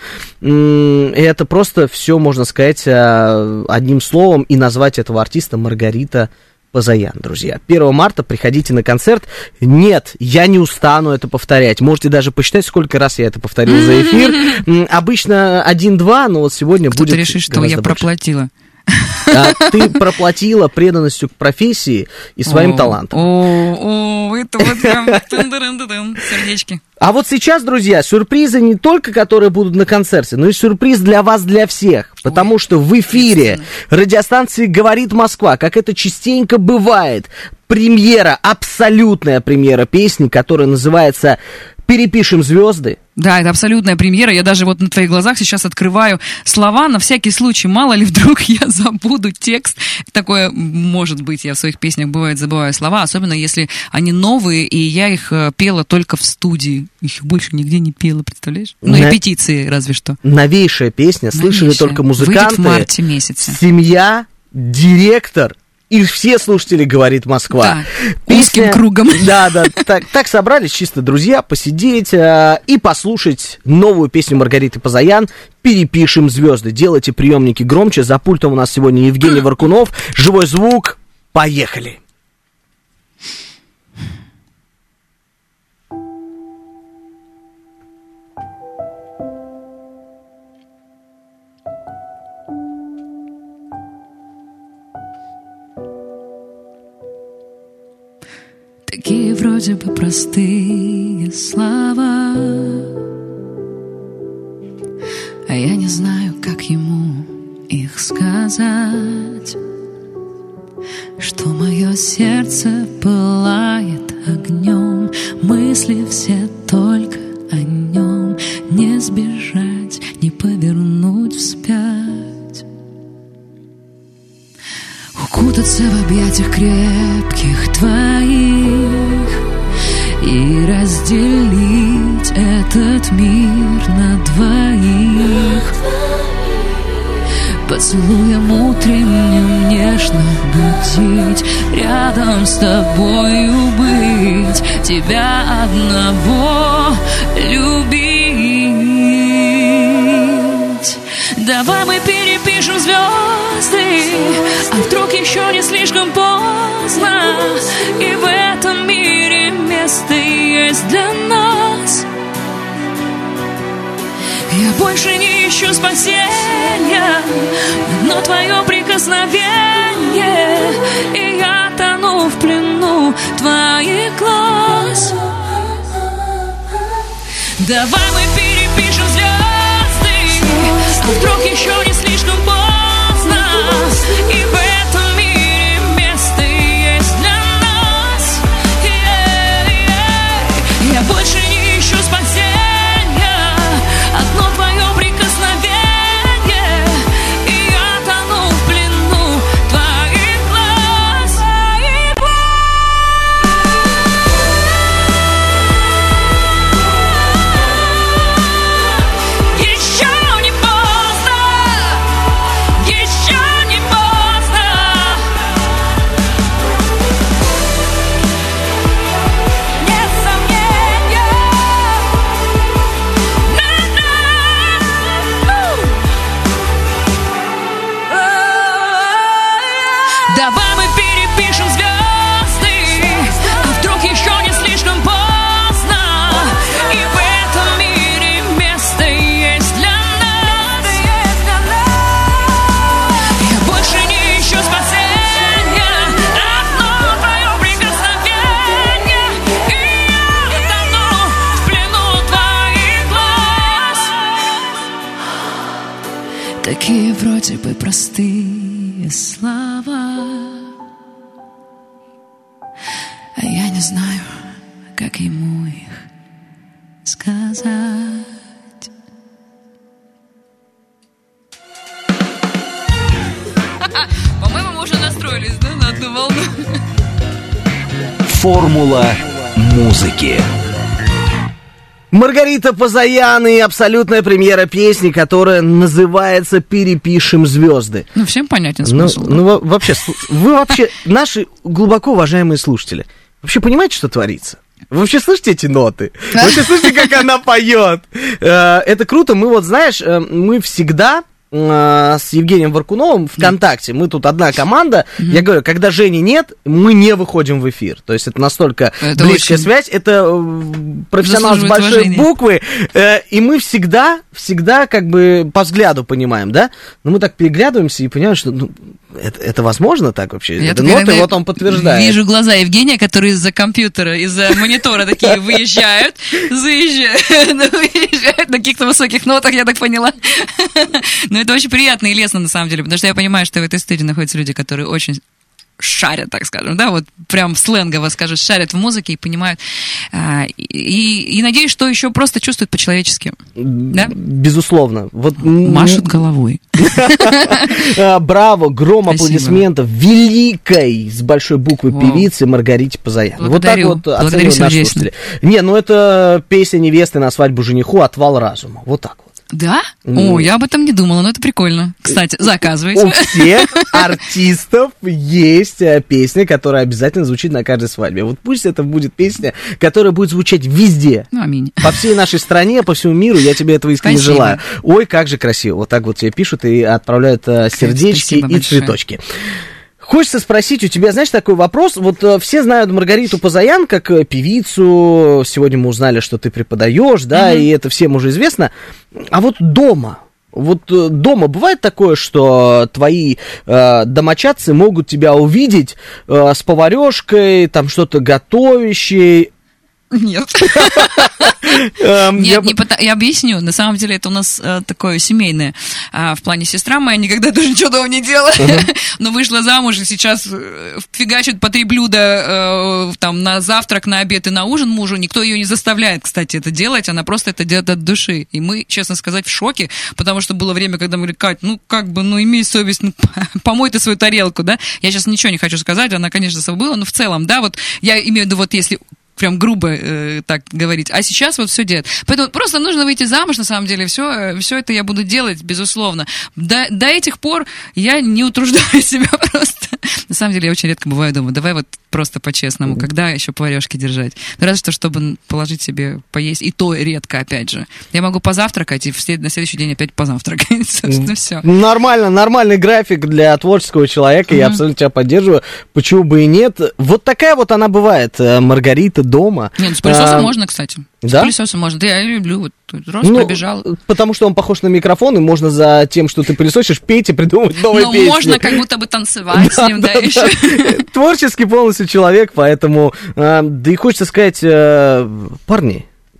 это просто все, можно сказать, одним словом, и назвать этого артиста Маргарита Позаян, друзья. первого марта приходите на концерт. Нет, я не устану это повторять. Можете даже посчитать, сколько раз я это повторил за эфир. Обычно один-два, но вот сегодня Кто-то будет решит, что я больше. проплатила. А ты проплатила преданностью к профессии и своим о, талантом. О, о, это вот прям сердечки. А вот сейчас, друзья, сюрпризы не только, которые будут на концерте, но и сюрприз для вас, для всех. Потому Ой, что в эфире радиостанции «Говорит Москва», как это частенько бывает, премьера, абсолютная премьера песни, которая называется «Перепишем звезды». Да, это абсолютная премьера. Я даже вот на твоих глазах сейчас открываю слова на всякий случай. Мало ли вдруг я забуду текст. Такое может быть. Я в своих песнях, бывает, забываю слова. Особенно если они новые, и я их пела только в студии. Их больше нигде не пела, представляешь? Ну, на... репетиции разве что. Новейшая песня. Новейшая. Слышали только музыканты. Выйдет в марте месяце. Семья, директор. И все слушатели «Говорит Москва». Да, Песня, узким кругом. Да, да, так, так собрались чисто друзья посидеть э, и послушать новую песню Маргариты Позаян «Перепишем звезды». Делайте приемники громче. За пультом у нас сегодня Евгений Варкунов. Живой звук. Поехали. Такие вроде бы простые слова, а я не знаю, как ему их сказать, что мое сердце пылает огнем, мысли все только о нем, не сбежать, не повернуть вспять. Укутаться в объятиях крепких твоих и разделить этот мир на двоих. Поцелуем утренним нежно будить, рядом с тобою быть, тебя одного любить. Давай мы перепишем звезды, а вдруг еще не слишком поздно, и в этом мире место есть для нас. Я больше не ищу спасения, но твое прикосновение, и я тону в плену твоих глаз. Давай мы перепишем звезды, а вдруг еще не слишком поздно, и в этом мире место есть для нас. Yeah, yeah. Я больше не ищу спасения, одно твое прикосновение, и я тону в плену твоих глаз. Еще не поздно, еще не поздно. Нет сомнения. Давай мы перепишем звезды, а вдруг еще не слишком поздно, и в этом мире место есть для нас. Я больше не ищу спасения, одно твое прикосновение, и я тону в плену твоих глаз. Такие вроде бы простые слова, а я не знаю, как ему их сказать. По-моему, мы уже настроились, да, на одну волну. Формула музыки. Маргарита Позаян и абсолютная премьера песни, которая называется «Перепишем звезды». Ну, всем понятен Ну, смысл. ну, во- вообще, сл- вы вообще, наши глубоко уважаемые слушатели, вообще понимаете, что творится? Вы вообще слышите эти ноты? Вы вообще слышите, как она поет? Э, Это круто. Мы вот, знаешь, э, мы всегда э, с Евгением Варкуновым ВКонтакте, мы тут одна команда, я говорю, когда Жени нет, мы не выходим в эфир. То есть это настолько Это близкая очень связь, это э, профессионал с заслуживает большой уважения. буквы, э, и мы всегда, всегда как бы по взгляду понимаем, да? Но мы так переглядываемся и понимаем, что ну, это, это возможно так вообще? Я Это тут ноты, иногда вот он подтверждает. Вижу глаза Евгения, которые из-за компьютера, из-за монитора такие выезжают, заезжают, выезжают на каких-то высоких нотах, я так поняла. Но это очень приятно и лестно, на самом деле, потому что я понимаю, что в этой студии находятся люди, которые очень шарят, так скажем, да, вот прям сленгово скажу, шарят в музыке и понимают. А, и, и надеюсь, что еще просто чувствуют по-человечески. Да? Безусловно. Вот, Машут головой. А, Браво, гром Спасибо. аплодисментов великой с большой буквы Вау. певицы Маргарите Позаян. Благодарю. Вот так вот Благодарю оценивают наши сердечно. слушатели. Не, ну это песня невесты на свадьбу жениху «Отвал разума». Вот так вот. Да? Ну. О, я об этом не думала, но это прикольно. Кстати, заказывайте. У всех артистов есть э, песня, которая обязательно звучит на каждой свадьбе. Вот пусть это будет песня, которая будет звучать везде. Ну, аминь. По всей нашей стране, по всему миру, я тебе этого искренне Спасибо. желаю. Ой, как же красиво. Вот так вот тебе пишут и отправляют э, сердечки Спасибо и большое. цветочки. Хочется спросить у тебя, знаешь, такой вопрос. Вот э, все знают Маргариту Позаян как э, певицу. Сегодня мы узнали, что ты преподаешь, да, и это всем уже известно. А вот дома, вот э, дома бывает такое, что твои э, домочадцы могут тебя увидеть э, с поварешкой, там что-то готовящей. Нет. Эм, я Нет, не пота- я объясню. На самом деле это у нас э, такое семейное. А, в плане сестра моя никогда тоже ничего дома не делала. Но вышла замуж и сейчас э, фигачит по три блюда э, там на завтрак, на обед и на ужин мужу. Никто ее не заставляет, кстати, это делать. Она просто это делает от души. И мы, честно сказать, в шоке, потому что было время, когда мы говорили: Кать, ну как бы, ну имей совесть, ну помой ты свою тарелку, да? Я сейчас ничего не хочу сказать, она, конечно, забыла, но в целом, да, вот я имею в виду, вот если прям грубо э, так говорить. А сейчас вот все делает. Поэтому просто нужно выйти замуж, на самом деле. Все, все это я буду делать, безусловно. До, до этих пор я не утруждаю себя просто. На самом деле я очень редко бываю дома. Давай вот просто по-честному. Когда еще поварешки держать? Ну, разве что, чтобы положить себе поесть. И то редко, опять же. Я могу позавтракать и в след... на следующий день опять позавтракать. Собственно, все. Нормально, нормальный график для творческого человека, я Мгм. абсолютно тебя поддерживаю. Почему бы и нет? Вот такая вот она бывает, э, Маргарита дома. Нет, с пылесосом А, можно, кстати. С да? пылесосом можно. Да, я люблю. Вот раз Ну, пробежал. потому что он похож на микрофон, и можно за тем, что ты пылесосишь, петь и придумать новые Но песни. можно как будто бы танцевать с ним, да, Да, еще. да. Творческий полностью человек, поэтому, э, да и хочется сказать, э, парни,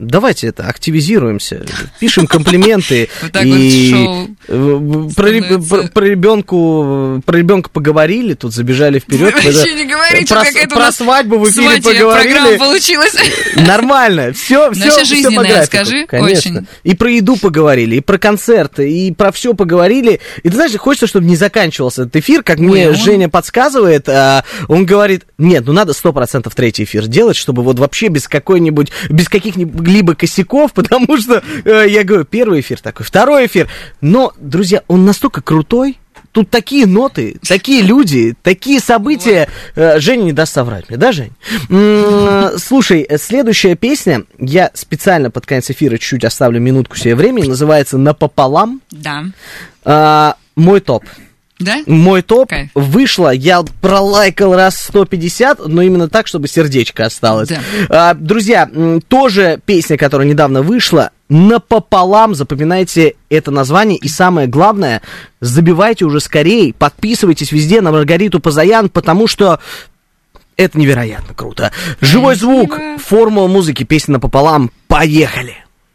давайте это, активизируемся, пишем комплименты. И про ребенку про ребенка поговорили, тут забежали вперед. Вообще не говорите, как это про свадьбу в эфире поговорили. Программа получилась. Нормально, все, все, все жизненное, скажи. Конечно. И про еду поговорили, и про концерты, и про все поговорили. И ты знаешь, хочется, чтобы не заканчивался этот эфир, как мне Женя подсказывает, он говорит, нет, ну надо сто процентов третий эфир делать, чтобы вот вообще без какой-нибудь, без каких-либо косяков, потому что, э, я говорю, первый эфир такой, второй эфир, но, друзья, он настолько крутой, тут такие ноты, такие люди, такие события, э, Женя не даст соврать мне, да, Жень? М-м, слушай, следующая песня, я специально под конец эфира чуть-чуть оставлю минутку себе времени, называется «Напополам». Да. Э, мой топ. Да? Мой топ Кайф. Вышло, я пролайкал раз сто пятьдесят, но именно так, чтобы сердечко осталось. Да. А, друзья, тоже песня, которая недавно вышла, «Напополам», запоминайте это название, и самое главное, забивайте уже скорее, подписывайтесь везде на Маргариту Позаян, потому что это невероятно круто. Живой звук, формула музыки, песня «Напополам», поехали!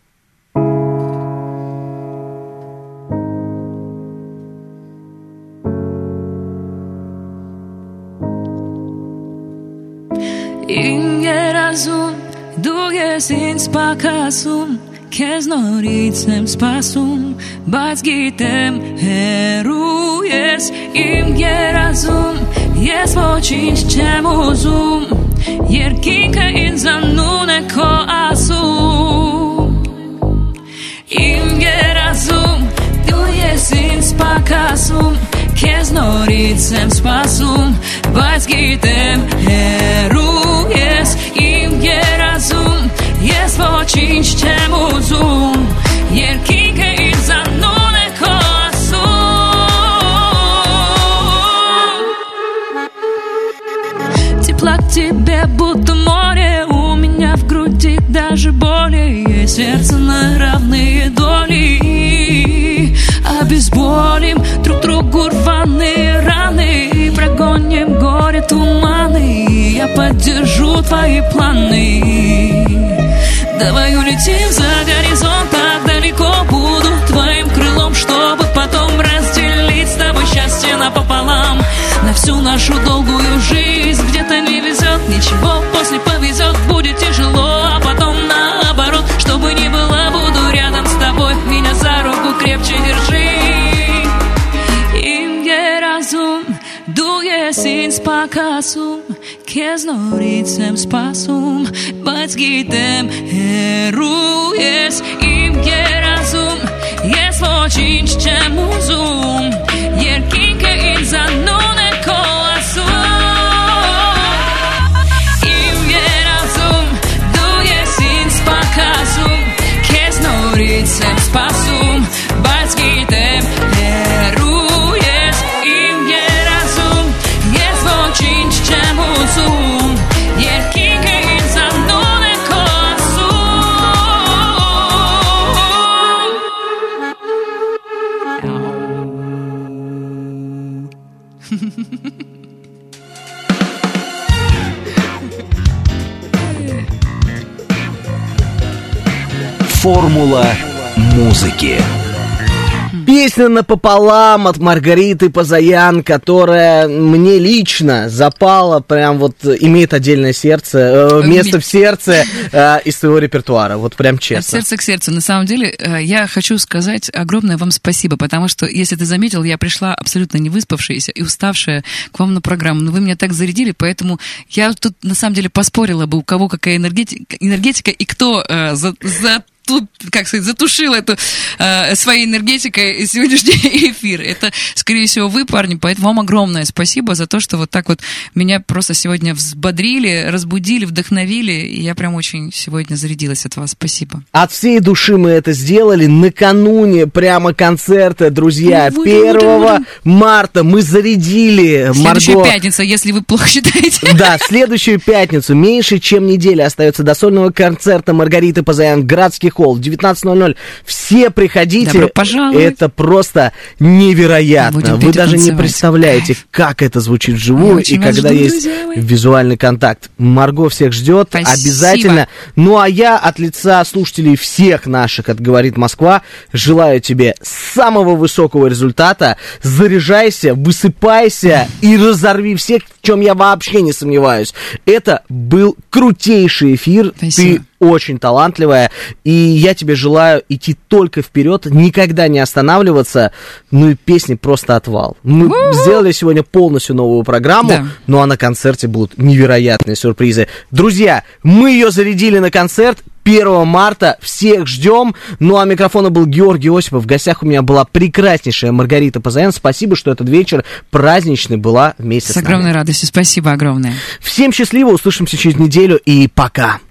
Inge razum, długie sin spakasum, Keznoricem spasum, Bacgitem heru jest. Inge razum, jest pocinć czemu zum, Jerkinka in zanune koasum. Inge razum, długie sin spakasum, Keznoricem spasum, Bacgitem heru jest. Inge razum, jest pocinć czemu zum, Jerkinka in zanune koasum. Тепла к тебе будто море, у меня в груди даже более, сердце на равные доли. Обезболим друг другу рваные раны, прогоним горе туманы, я поддержу твои планы. Давай улетим за горизонт, так далеко буду твоим крылом, чтобы потом разделить с тобой счастье напополам. На всю нашу долгую жизнь где-то не везет, ничего после повезет, будет тяжело, а потом наоборот, чтобы не было, буду рядом с тобой, меня за руку крепче держи. Inge razum, długie sin spakasum, Keznoricem spasum, Bacgitem heru jest. Inge razum, jest pocinć czemu zum, Jerkinka in zanune koasum. Inge razum, długie sin spakasum, Keznoricem spasum, Bacgitem heru jest. Inge razum, jest pocinć czemu zum, Jerkinka in zanune Формула музыки. Песня «Напополам» от Маргариты Позаян, которая мне лично запала, прям вот имеет отдельное сердце, э, место в сердце э, из своего репертуара, вот прям честно. От сердца к сердцу. На самом деле, э, я хочу сказать огромное вам спасибо, потому что, если ты заметил, я пришла абсолютно не выспавшаяся и уставшая к вам на программу, но вы меня так зарядили, поэтому я тут, на самом деле, поспорила бы, у кого какая энергетика, энергетика и кто э, за... за тут, как сказать, затушил эту э, своей энергетикой сегодняшний эфир. Это, скорее всего, вы, парни, поэтому вам огромное спасибо за то, что вот так вот меня просто сегодня взбодрили, разбудили, вдохновили, и я прям очень сегодня зарядилась от вас. Спасибо. От всей души мы это сделали накануне прямо концерта, друзья, первого марта мы зарядили Следующая Марго... пятница, если вы плохо считаете. Да, следующую пятницу, меньше чем неделя остается до сольного концерта Маргариты Позаян в городских Холл, девятнадцать ноль ноль. Все приходите. Добро пожаловать. Это просто невероятно. Вы даже не представляете, Кайф. как это звучит вживую и когда жду, есть визуальный контакт. Марго всех ждет. Спасибо. Обязательно. Ну, а я от лица слушателей всех наших от «Говорит Москва» желаю тебе самого высокого результата. Заряжайся, высыпайся и разорви всех, в чем я вообще не сомневаюсь. Это был крутейший эфир. Спасибо. Ты очень талантливая, и я тебе желаю идти только вперед, никогда не останавливаться. Ну и песни просто отвал. Мы У-у-у. сделали сегодня полностью новую программу, да. Ну а на концерте будут невероятные сюрпризы. Друзья, мы ее зарядили на концерт первого марта, всех ждем. Ну а микрофона был Георгий Осипов. В гостях у меня была прекраснейшая Маргарита Позаян. Спасибо, что этот вечер праздничный была вместе с, с нами. С огромной радостью. Спасибо огромное. Всем счастливо, услышимся через неделю и пока.